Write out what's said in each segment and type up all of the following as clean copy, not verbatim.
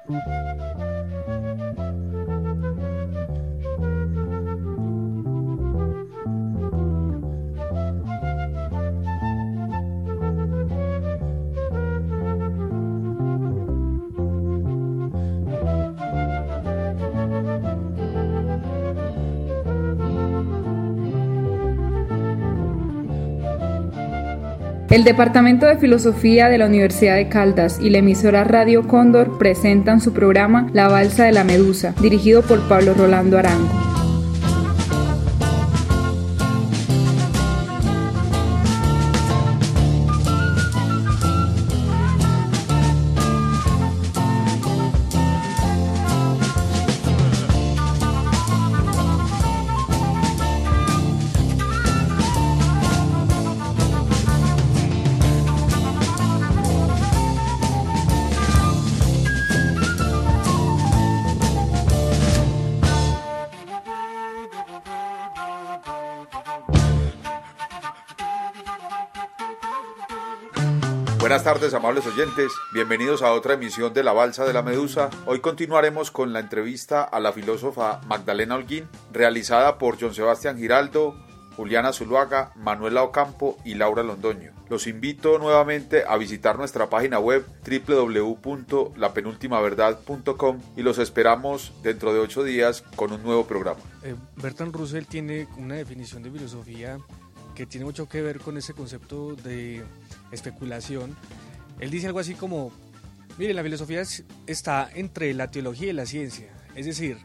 El Departamento de Filosofía de la Universidad de Caldas y la emisora Radio Cóndor presentan su programa La Balsa de la Medusa, dirigido por Pablo Rolando Arango. Buenas tardes, amables oyentes, bienvenidos a otra emisión de La Balsa de la Medusa. Hoy continuaremos con la entrevista a la filósofa Magdalena Holguín, realizada por John Sebastián Giraldo, Juliana Zuluaga, Manuela Ocampo y Laura Londoño. Los invito nuevamente a visitar nuestra página web www.lapenultimaverdad.com y los esperamos dentro de 8 días con un nuevo programa. Bertrand Russell tiene una definición de filosofía que tiene mucho que ver con ese concepto de especulación. Él dice algo así como, mire, la filosofía está entre la teología y la ciencia, es decir,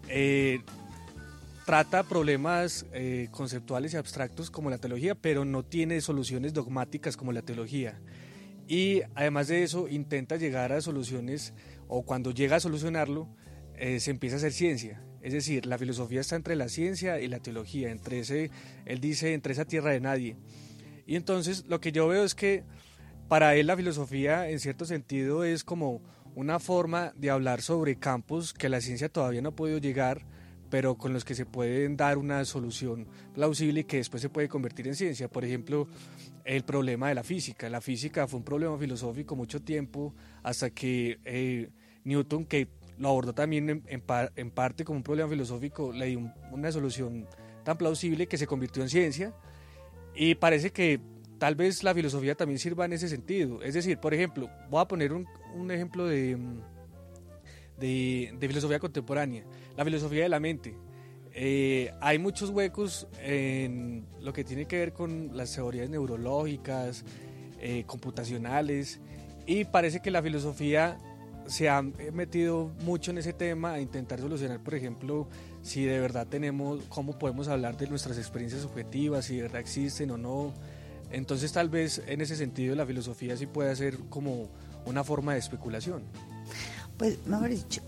trata problemas conceptuales y abstractos como la teología, pero no tiene soluciones dogmáticas como la teología. Y además de eso, intenta llegar a soluciones, o cuando llega a solucionarlo, se empieza a hacer ciencia. Es decir, la filosofía está entre la ciencia y la teología, él dice, entre esa tierra de nadie. Y entonces lo que yo veo es que para él la filosofía en cierto sentido es como una forma de hablar sobre campos que la ciencia todavía no ha podido llegar, pero con los que se pueden dar una solución plausible y que después se puede convertir en ciencia. Por ejemplo, el problema de la física. La física fue un problema filosófico mucho tiempo, hasta que Newton, que lo abordó también en parte como un problema filosófico, le dio una solución tan plausible que se convirtió en ciencia, y parece que tal vez la filosofía también sirva en ese sentido. Es decir, por ejemplo, voy a poner un ejemplo de filosofía contemporánea, la filosofía de la mente. Hay muchos huecos en lo que tiene que ver con las teorías neurológicas, computacionales, y parece que la filosofía se ha metido mucho en ese tema, a intentar solucionar, por ejemplo, si de verdad cómo podemos hablar de nuestras experiencias subjetivas, si de verdad existen o no. Entonces tal vez en ese sentido la filosofía sí puede ser como una forma de especulación. Pues mejor dicho,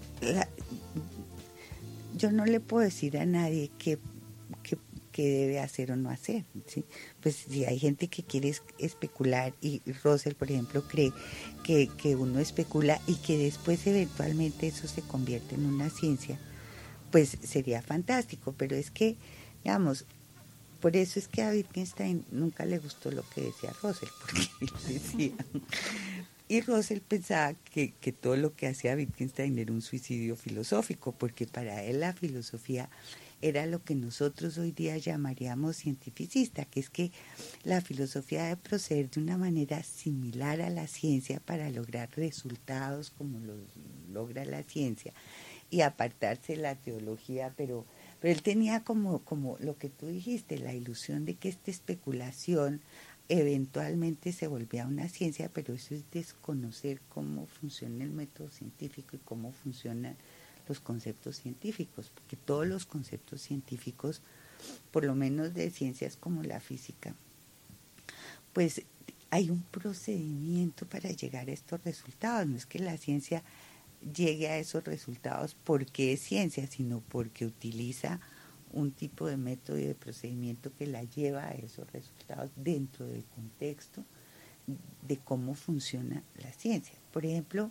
yo no le puedo decir a nadie qué debe hacer o no hacer, ¿sí? Pues si hay gente que quiere especular, y Russell, por ejemplo, cree que uno especula y que después eventualmente eso se convierte en una ciencia, pues sería fantástico. Pero es que, digamos, por eso es que a Wittgenstein nunca le gustó lo que decía Russell, porque él decía, y Russell pensaba que todo lo que hacía Wittgenstein era un suicidio filosófico, porque para él la filosofía era lo que nosotros hoy día llamaríamos cientificista, que es que la filosofía debe proceder de una manera similar a la ciencia para lograr resultados como los logra la ciencia y apartarse de la teología, pero él tenía como lo que tú dijiste, la ilusión de que esta especulación eventualmente se volvía una ciencia, pero eso es desconocer cómo funciona el método científico y cómo funcionan los conceptos científicos, porque todos los conceptos científicos, por lo menos de ciencias como la física, pues hay un procedimiento para llegar a estos resultados. No es que la ciencia llegue a esos resultados porque es ciencia, sino porque utiliza un tipo de método y de procedimiento que la lleva a esos resultados dentro del contexto de cómo funciona la ciencia. Por ejemplo,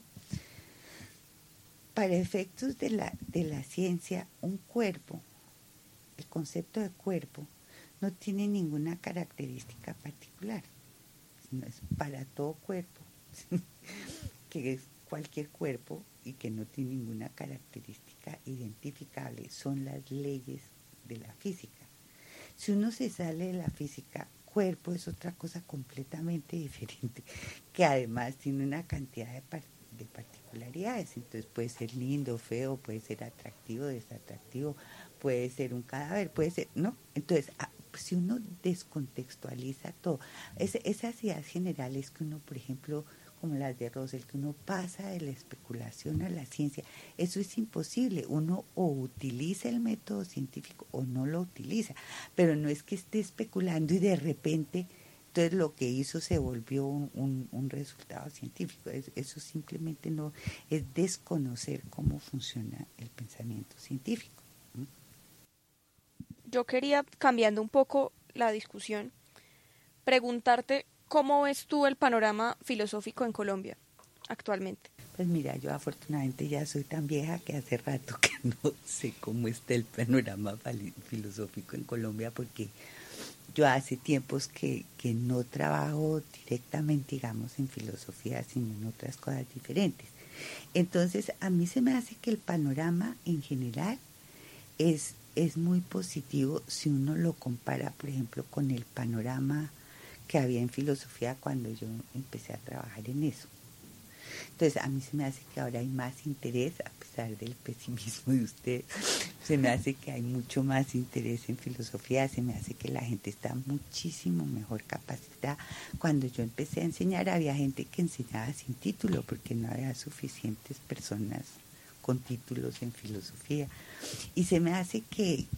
para efectos de la ciencia, un cuerpo, el concepto de cuerpo, no tiene ninguna característica particular, sino es para todo cuerpo, que cualquier cuerpo y que no tiene ninguna característica identificable, son las leyes de la física. Si uno se sale de la física, cuerpo es otra cosa completamente diferente, que además tiene una cantidad de particularidades. Entonces puede ser lindo, feo, puede ser atractivo, desatractivo, puede ser un cadáver, puede ser, ¿no? Entonces, si uno descontextualiza todo, esas ideas generales que uno, por ejemplo, como las de Russell, que uno pasa de la especulación a la ciencia, eso es imposible. Uno o utiliza el método científico o no lo utiliza, pero no es que esté especulando y de repente entonces lo que hizo se volvió un resultado científico. Eso simplemente no es desconocer cómo funciona el pensamiento científico. Yo quería, cambiando un poco la discusión, preguntarte cómo ves tú el panorama filosófico en Colombia actualmente. Pues mira, yo afortunadamente ya soy tan vieja que hace rato que no sé cómo está el panorama filosófico en Colombia, porque yo hace tiempos que no trabajo directamente, digamos, en filosofía, sino en otras cosas diferentes. Entonces, a mí se me hace que el panorama en general es muy positivo si uno lo compara, por ejemplo, con el panorama que había en filosofía cuando yo empecé a trabajar en eso. Entonces, a mí se me hace que ahora hay más interés, a pesar del pesimismo de ustedes, se me hace que hay mucho más interés en filosofía, se me hace que la gente está muchísimo mejor capacitada. Cuando yo empecé a enseñar, había gente que enseñaba sin título, porque no había suficientes personas con títulos en filosofía. Y se me hace que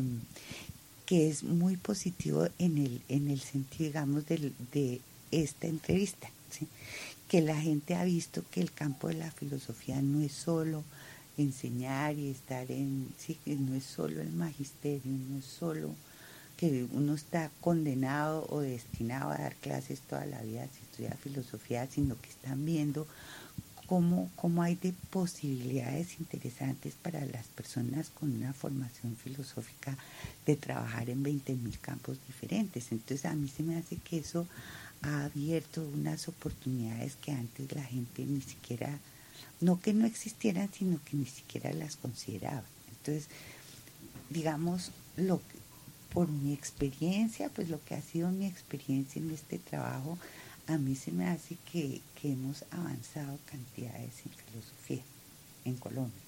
es muy positivo en el sentido, digamos, de esta entrevista, ¿sí? Que la gente ha visto que el campo de la filosofía no es solo enseñar y estar sí, que no es solo el magisterio, no es solo que uno está condenado o destinado a dar clases toda la vida si estudia filosofía, sino que están viendo cómo hay de posibilidades interesantes para las personas con una formación filosófica de trabajar en 20.000 campos diferentes. Entonces a mí se me hace que eso ha abierto unas oportunidades que antes la gente ni siquiera, no que no existieran, sino que ni siquiera las consideraba. Entonces, digamos, por mi experiencia, pues lo que ha sido mi experiencia en este trabajo, a mí se me hace que hemos avanzado cantidades en filosofía en Colombia.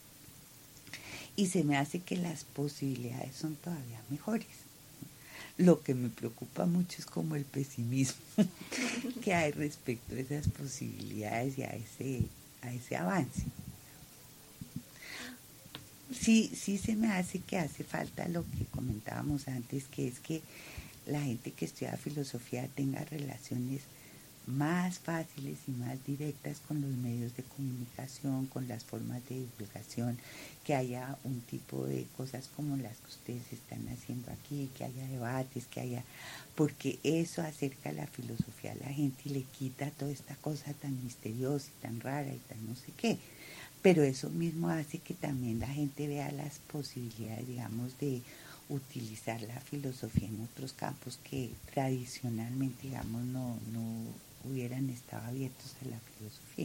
Y se me hace que las posibilidades son todavía mejores. Lo que me preocupa mucho es como el pesimismo que hay respecto a esas posibilidades y a ese avance. Sí se me hace que hace falta lo que comentábamos antes, que es que la gente que estudia filosofía tenga relaciones más fáciles y más directas con los medios de comunicación, con las formas de divulgación, que haya un tipo de cosas como las que ustedes están haciendo aquí, que haya debates, porque eso acerca la filosofía a la gente y le quita toda esta cosa tan misteriosa y tan rara y tan no sé qué. Pero eso mismo hace que también la gente vea las posibilidades, digamos, de utilizar la filosofía en otros campos que tradicionalmente, digamos, no hubieran estado abiertos a la filosofía.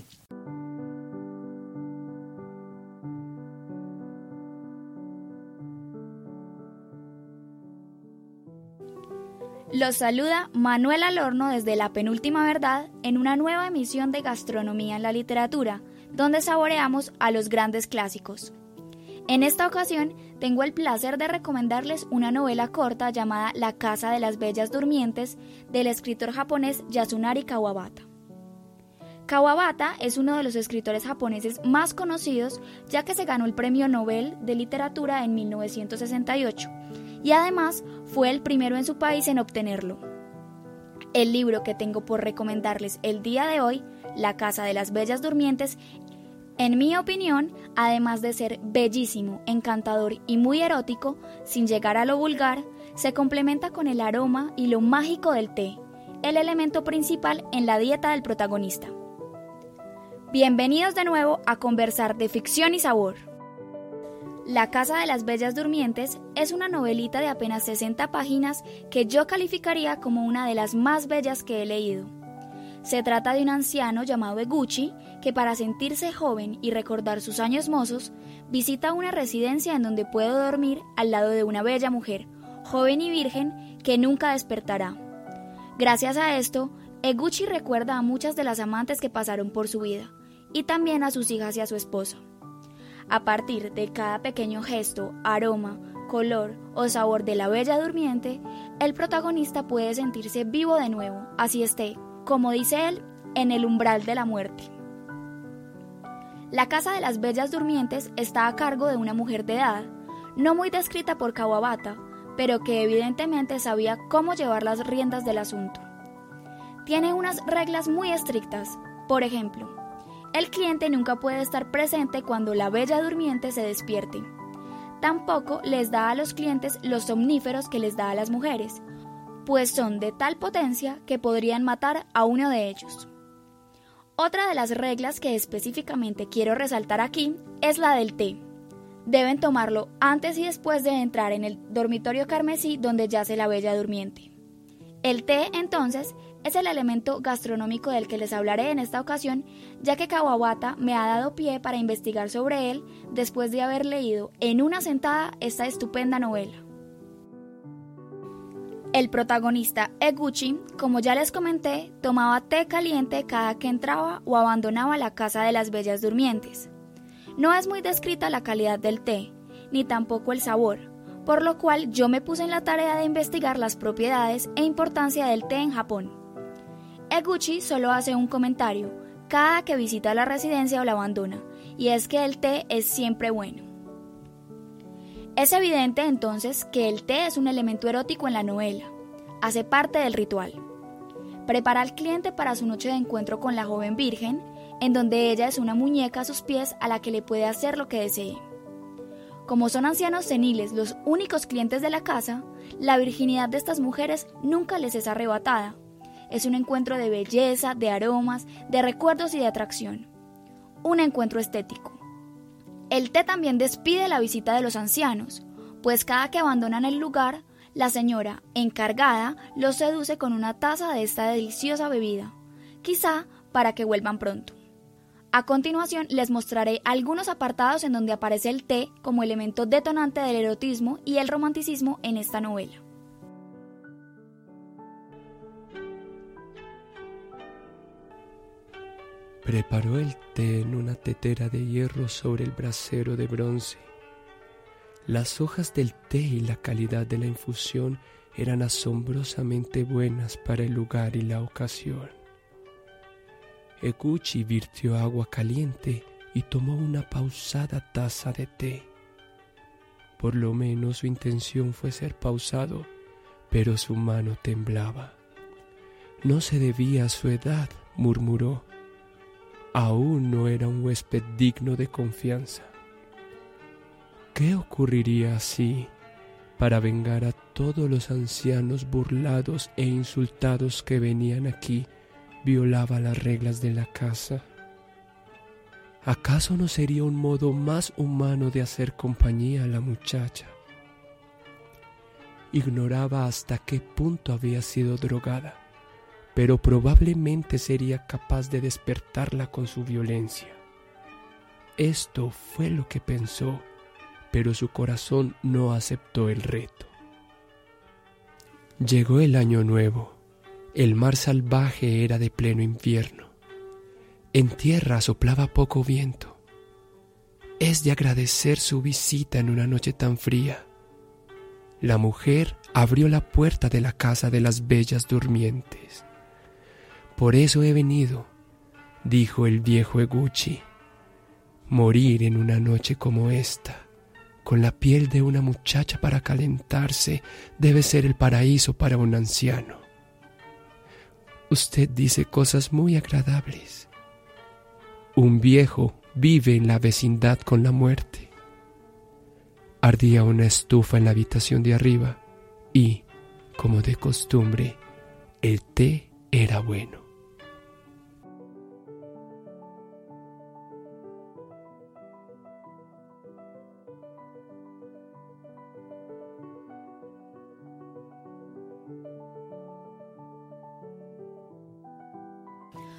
Los saluda Manuel Alorno desde La Penúltima Verdad en una nueva emisión de Gastronomía en la Literatura, donde saboreamos a los grandes clásicos. En esta ocasión tengo el placer de recomendarles una novela corta llamada La Casa de las Bellas Durmientes del escritor japonés Yasunari Kawabata. Kawabata es uno de los escritores japoneses más conocidos, ya que se ganó el Premio Nobel de Literatura en 1968 y además fue el primero en su país en obtenerlo. El libro que tengo por recomendarles el día de hoy, La Casa de las Bellas Durmientes, en mi opinión, además de ser bellísimo, encantador y muy erótico, sin llegar a lo vulgar, se complementa con el aroma y lo mágico del té, el elemento principal en la dieta del protagonista. Bienvenidos de nuevo a conversar de ficción y sabor. La Casa de las Bellas Durmientes es una novelita de apenas 60 páginas que yo calificaría como una de las más bellas que he leído. Se trata de un anciano llamado Eguchi que, para sentirse joven y recordar sus años mozos, visita una residencia en donde puede dormir al lado de una bella mujer, joven y virgen, que nunca despertará. Gracias a esto, Eguchi recuerda a muchas de las amantes que pasaron por su vida, y también a sus hijas y a su esposa. A partir de cada pequeño gesto, aroma, color o sabor de la bella durmiente, el protagonista puede sentirse vivo de nuevo, así esté, como dice él, en el umbral de la muerte. La casa de las bellas durmientes está a cargo de una mujer de edad, no muy descrita por Kawabata, pero que evidentemente sabía cómo llevar las riendas del asunto. Tiene unas reglas muy estrictas. Por ejemplo, el cliente nunca puede estar presente cuando la bella durmiente se despierte. Tampoco les da a los clientes los somníferos que les da a las mujeres, pues son de tal potencia que podrían matar a uno de ellos. Otra de las reglas que específicamente quiero resaltar aquí es la del té. Deben tomarlo antes y después de entrar en el dormitorio carmesí donde yace la bella durmiente. El té, entonces, es el elemento gastronómico del que les hablaré en esta ocasión, ya que Kawabata me ha dado pie para investigar sobre él después de haber leído en una sentada esta estupenda novela. El protagonista Eguchi, como ya les comenté, tomaba té caliente cada que entraba o abandonaba la casa de las bellas durmientes. No es muy descrita la calidad del té, ni tampoco el sabor, por lo cual yo me puse en la tarea de investigar las propiedades e importancia del té en Japón. Eguchi solo hace un comentario cada que visita la residencia o la abandona, y es que el té es siempre bueno. Es evidente entonces que el té es un elemento erótico en la novela, hace parte del ritual. Prepara al cliente para su noche de encuentro con la joven virgen, en donde ella es una muñeca a sus pies a la que le puede hacer lo que desee. Como son ancianos seniles los únicos clientes de la casa, la virginidad de estas mujeres nunca les es arrebatada. Es un encuentro de belleza, de aromas, de recuerdos y de atracción. Un encuentro estético. El té también despide la visita de los ancianos, pues cada que abandonan el lugar, la señora encargada los seduce con una taza de esta deliciosa bebida, quizá para que vuelvan pronto. A continuación les mostraré algunos apartados en donde aparece el té como elemento detonante del erotismo y el romanticismo en esta novela. Preparó el té en una tetera de hierro sobre el brasero de bronce. Las hojas del té y la calidad de la infusión eran asombrosamente buenas para el lugar y la ocasión. Eguchi virtió agua caliente y tomó una pausada taza de té. Por lo menos su intención fue ser pausado, pero su mano temblaba. No se debía a su edad, murmuró. Aún no era un huésped digno de confianza. ¿Qué ocurriría si, para vengar a todos los ancianos burlados e insultados que venían aquí, violaba las reglas de la casa? ¿Acaso no sería un modo más humano de hacer compañía a la muchacha? Ignoraba hasta qué punto había sido drogada, pero probablemente sería capaz de despertarla con su violencia. Esto fue lo que pensó, pero su corazón no aceptó el reto. Llegó el año nuevo. El mar salvaje era de pleno invierno. En tierra soplaba poco viento. Es de agradecer su visita en una noche tan fría. La mujer abrió la puerta de la casa de las bellas durmientes. Por eso he venido, dijo el viejo Eguchi. Morir en una noche como esta, con la piel de una muchacha para calentarse, debe ser el paraíso para un anciano. Usted dice cosas muy agradables. Un viejo vive en la vecindad con la muerte. Ardía una estufa en la habitación de arriba y, como de costumbre, el té era bueno.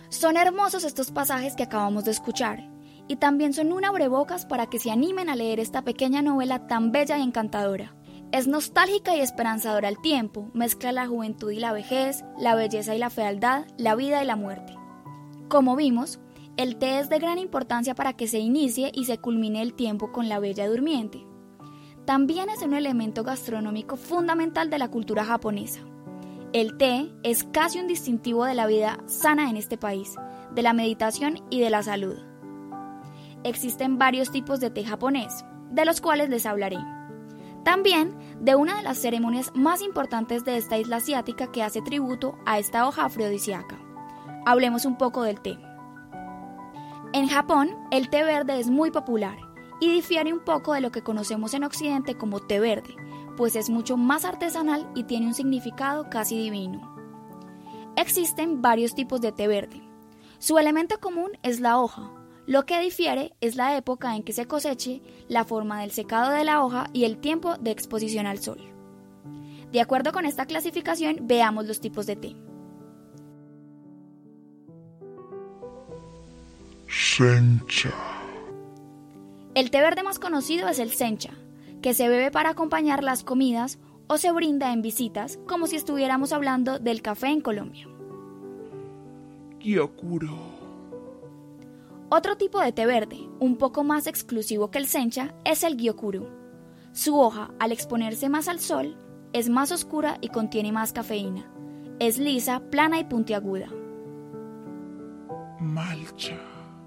Son hermosos estos pasajes que acabamos de escuchar, y también son un abrebocas para que se animen a leer esta pequeña novela tan bella y encantadora. Es nostálgica y esperanzadora al tiempo, mezcla la juventud y la vejez, la belleza y la fealdad, la vida y la muerte. Como vimos, el té es de gran importancia para que se inicie y se culmine el tiempo con la Bella Durmiente. También es un elemento gastronómico fundamental de la cultura japonesa. El té es casi un distintivo de la vida sana en este país, de la meditación y de la salud. Existen varios tipos de té japonés, de los cuales les hablaré. También de una de las ceremonias más importantes de esta isla asiática que hace tributo a esta hoja afrodisíaca. Hablemos un poco del té. En Japón, el té verde es muy popular y difiere un poco de lo que conocemos en Occidente como té verde, pues es mucho más artesanal y tiene un significado casi divino. Existen varios tipos de té verde. Su elemento común es la hoja. Lo que difiere es la época en que se coseche, la forma del secado de la hoja y el tiempo de exposición al sol. De acuerdo con esta clasificación, veamos los tipos de té. Sencha. El té verde más conocido es el sencha, que se bebe para acompañar las comidas o se brinda en visitas, como si estuviéramos hablando del café en Colombia. Gyokuro. Otro tipo de té verde, un poco más exclusivo que el sencha, es el gyokuro. Su hoja, al exponerse más al sol, es más oscura y contiene más cafeína. Es lisa, plana y puntiaguda. Malcha.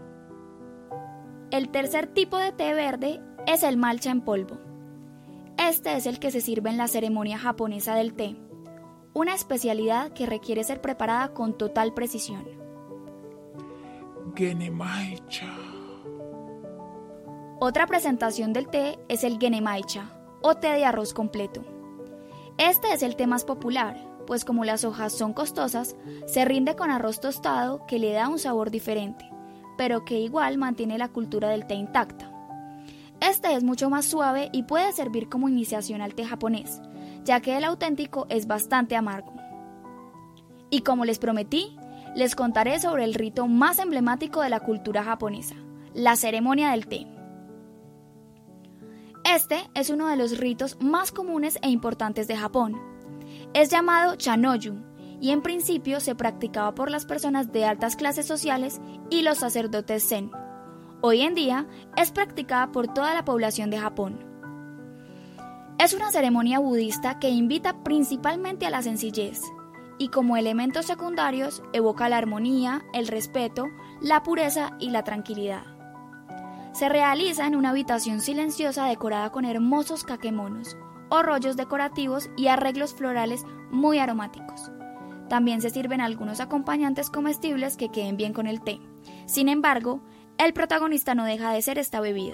El tercer tipo de té verde es el malcha en polvo. Este es el que se sirve en la ceremonia japonesa del té, una especialidad que requiere ser preparada con total precisión. Genemaicha. Otra presentación del té es el genemaicha, o té de arroz completo. Este es el té más popular, pues como las hojas son costosas, se rinde con arroz tostado que le da un sabor diferente, pero que igual mantiene la cultura del té intacta. Este es mucho más suave y puede servir como iniciación al té japonés, ya que el auténtico es bastante amargo. Y como les prometí, les contaré sobre el rito más emblemático de la cultura japonesa, la ceremonia del té. Este es uno de los ritos más comunes e importantes de Japón. Es llamado chanoyu y en principio se practicaba por las personas de altas clases sociales y los sacerdotes zen. Hoy en día es practicada por toda la población de Japón. Es una ceremonia budista que invita principalmente a la sencillez y como elementos secundarios evoca la armonía, el respeto, la pureza y la tranquilidad. Se realiza en una habitación silenciosa decorada con hermosos kakemonos o rollos decorativos y arreglos florales muy aromáticos. También se sirven algunos acompañantes comestibles que queden bien con el té. Sin embargo, el protagonista no deja de ser esta bebida.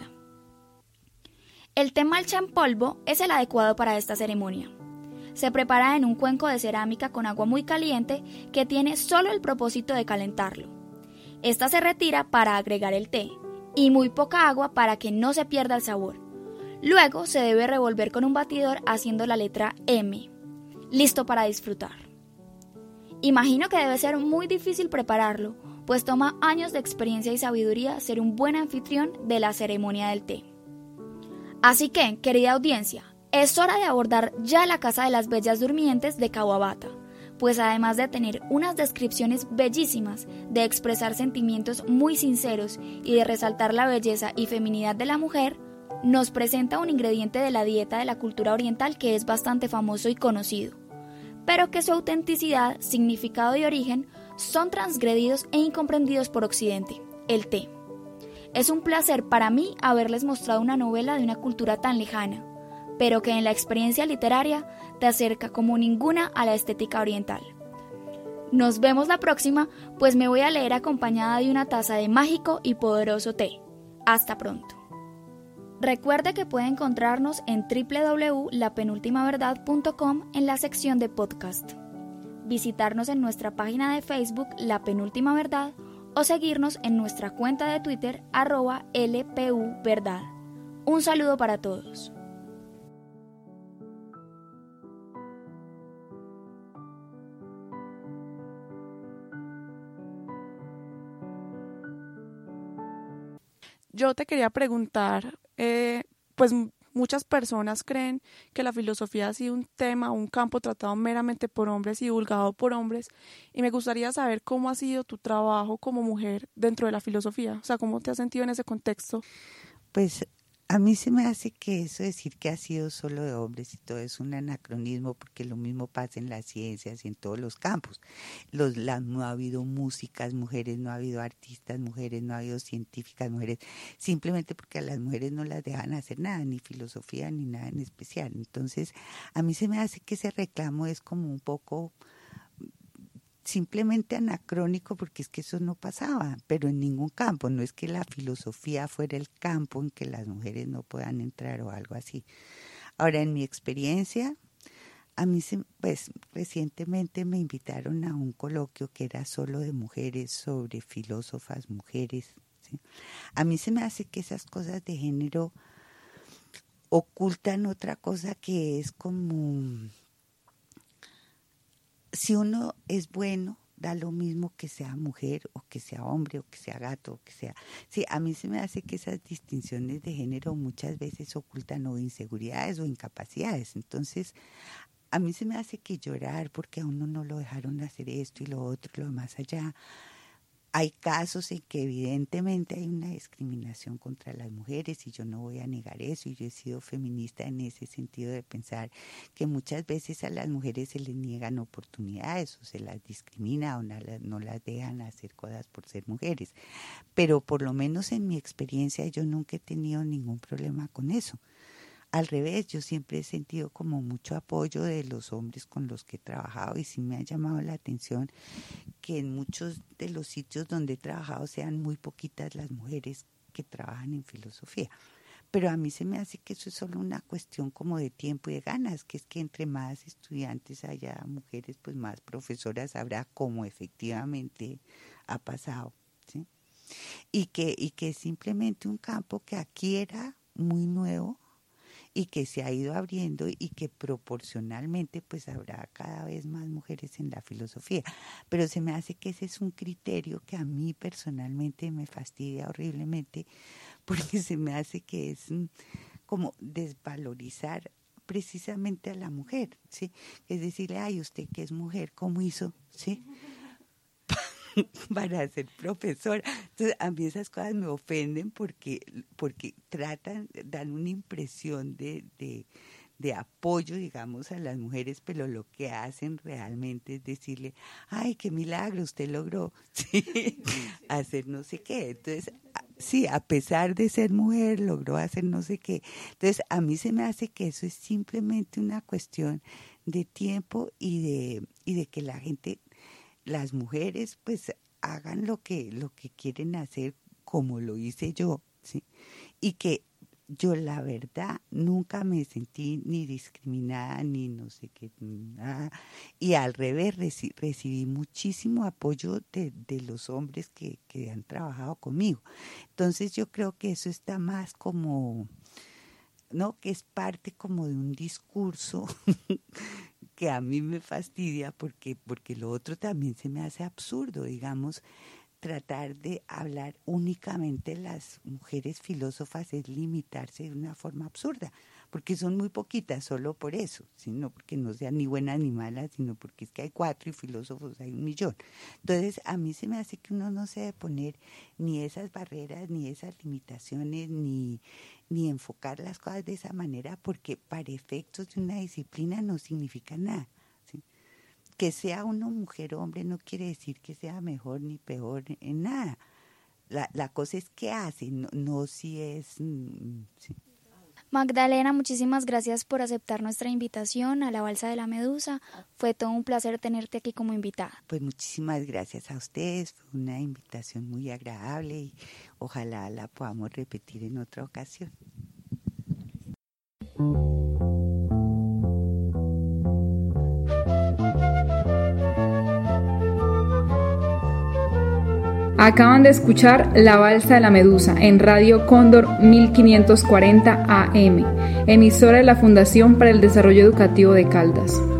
El té malcha en polvo es el adecuado para esta ceremonia. Se prepara en un cuenco de cerámica con agua muy caliente que tiene solo el propósito de calentarlo. Esta se retira para agregar el té y muy poca agua para que no se pierda el sabor. Luego se debe revolver con un batidor haciendo la letra M. Listo para disfrutar. Imagino que debe ser muy difícil prepararlo, pues toma años de experiencia y sabiduría ser un buen anfitrión de la ceremonia del té. Así que, querida audiencia, es hora de abordar ya la Casa de las Bellas Durmientes de Kawabata, pues además de tener unas descripciones bellísimas, de expresar sentimientos muy sinceros y de resaltar la belleza y feminidad de la mujer, nos presenta un ingrediente de la dieta de la cultura oriental que es bastante famoso y conocido, pero que su autenticidad, significado y origen son transgredidos e incomprendidos por Occidente, el té. Es un placer para mí haberles mostrado una novela de una cultura tan lejana, pero que en la experiencia literaria te acerca como ninguna a la estética oriental. Nos vemos la próxima, pues me voy a leer acompañada de una taza de mágico y poderoso té. Hasta pronto. Recuerde que puede encontrarnos en www.lapenultimaverdad.com en la sección de podcast, visitarnos en nuestra página de Facebook La Penúltima Verdad o seguirnos en nuestra cuenta de Twitter @LPUverdad. Un saludo para todos. Yo te quería preguntar, pues muchas personas creen que la filosofía ha sido un tema, un campo tratado meramente por hombres y divulgado por hombres, y me gustaría saber cómo ha sido tu trabajo como mujer dentro de la filosofía, o sea, cómo te has sentido en ese contexto. Pues a mí se me hace que eso decir que ha sido solo de hombres y todo es un anacronismo, porque lo mismo pasa en las ciencias y en todos los campos. No ha habido músicas mujeres, no ha habido artistas mujeres, no ha habido científicas mujeres, simplemente porque a las mujeres no las dejan hacer nada, ni filosofía ni nada en especial. Entonces, a mí se me hace que ese reclamo es como un poco simplemente anacrónico, porque es que eso no pasaba, pero en ningún campo. No es que la filosofía fuera el campo en que las mujeres no puedan entrar o algo así. Ahora, en mi experiencia, a mí pues recientemente me invitaron a un coloquio que era solo de mujeres, sobre filósofas mujeres, ¿sí? A mí se me hace que esas cosas de género ocultan otra cosa, que es como, si uno es bueno, da lo mismo que sea mujer o que sea hombre o que sea gato o que sea. Sí, a mí se me hace que esas distinciones de género muchas veces ocultan o inseguridades o incapacidades. Entonces, a mí se me hace que llorar porque a uno no lo dejaron hacer esto y lo otro y lo más allá. Hay casos en que evidentemente hay una discriminación contra las mujeres, y yo no voy a negar eso, y yo he sido feminista en ese sentido de pensar que muchas veces a las mujeres se les niegan oportunidades o se las discrimina o no las dejan hacer cosas por ser mujeres. Pero por lo menos en mi experiencia yo nunca he tenido ningún problema con eso. Al revés, yo siempre he sentido como mucho apoyo de los hombres con los que he trabajado, y sí me ha llamado la atención que en muchos de los sitios donde he trabajado sean muy poquitas las mujeres que trabajan en filosofía. Pero a mí se me hace que eso es solo una cuestión como de tiempo y de ganas, que es que entre más estudiantes haya mujeres, pues más profesoras habrá, como efectivamente ha pasado, ¿sí? Y que es simplemente un campo que aquí era muy nuevo, y que se ha ido abriendo, y que proporcionalmente pues habrá cada vez más mujeres en la filosofía. Pero se me hace que ese es un criterio que a mí personalmente me fastidia horriblemente, porque se me hace que es como desvalorizar precisamente a la mujer, ¿sí? Es decirle, ay, usted que es mujer, ¿cómo hizo? ¿Sí? Para ser profesora. Entonces, a mí esas cosas me ofenden porque dan una impresión de apoyo, digamos, a las mujeres, pero lo que hacen realmente es decirle, ay, qué milagro, usted logró, ¿sí? Hacer no sé qué. Entonces, sí, a pesar de ser mujer, logró hacer no sé qué. Entonces, a mí se me hace que eso es simplemente una cuestión de tiempo y de que la gente, las mujeres, pues hagan lo que quieren hacer, como lo hice yo, ¿sí? Y que yo, la verdad, nunca me sentí ni discriminada ni no sé qué, nada. Y al revés, recibí muchísimo apoyo de los hombres que han trabajado conmigo. Entonces yo creo que eso está más como, ¿no? Que es parte como de un discurso que a mí me fastidia, porque lo otro también se me hace absurdo, digamos. Tratar de hablar únicamente de las mujeres filósofas es limitarse de una forma absurda, porque son muy poquitas solo por eso, sino porque no sean ni buenas ni malas, sino porque es que hay 4 y filósofos hay 1.000.000. Entonces, a mí se me hace que uno no se debe poner ni esas barreras, ni esas limitaciones, ni enfocar las cosas de esa manera, porque para efectos de una disciplina no significa nada. Que sea uno mujer o hombre no quiere decir que sea mejor ni peor en nada. La cosa es qué hace, no si es... Sí. Magdalena, muchísimas gracias por aceptar nuestra invitación a la Balsa de la Medusa. Fue todo un placer tenerte aquí como invitada. Pues muchísimas gracias a ustedes, fue una invitación muy agradable y ojalá la podamos repetir en otra ocasión. Acaban de escuchar La Balsa de la Medusa en Radio Cóndor 1540 AM, emisora de la Fundación para el Desarrollo Educativo de Caldas.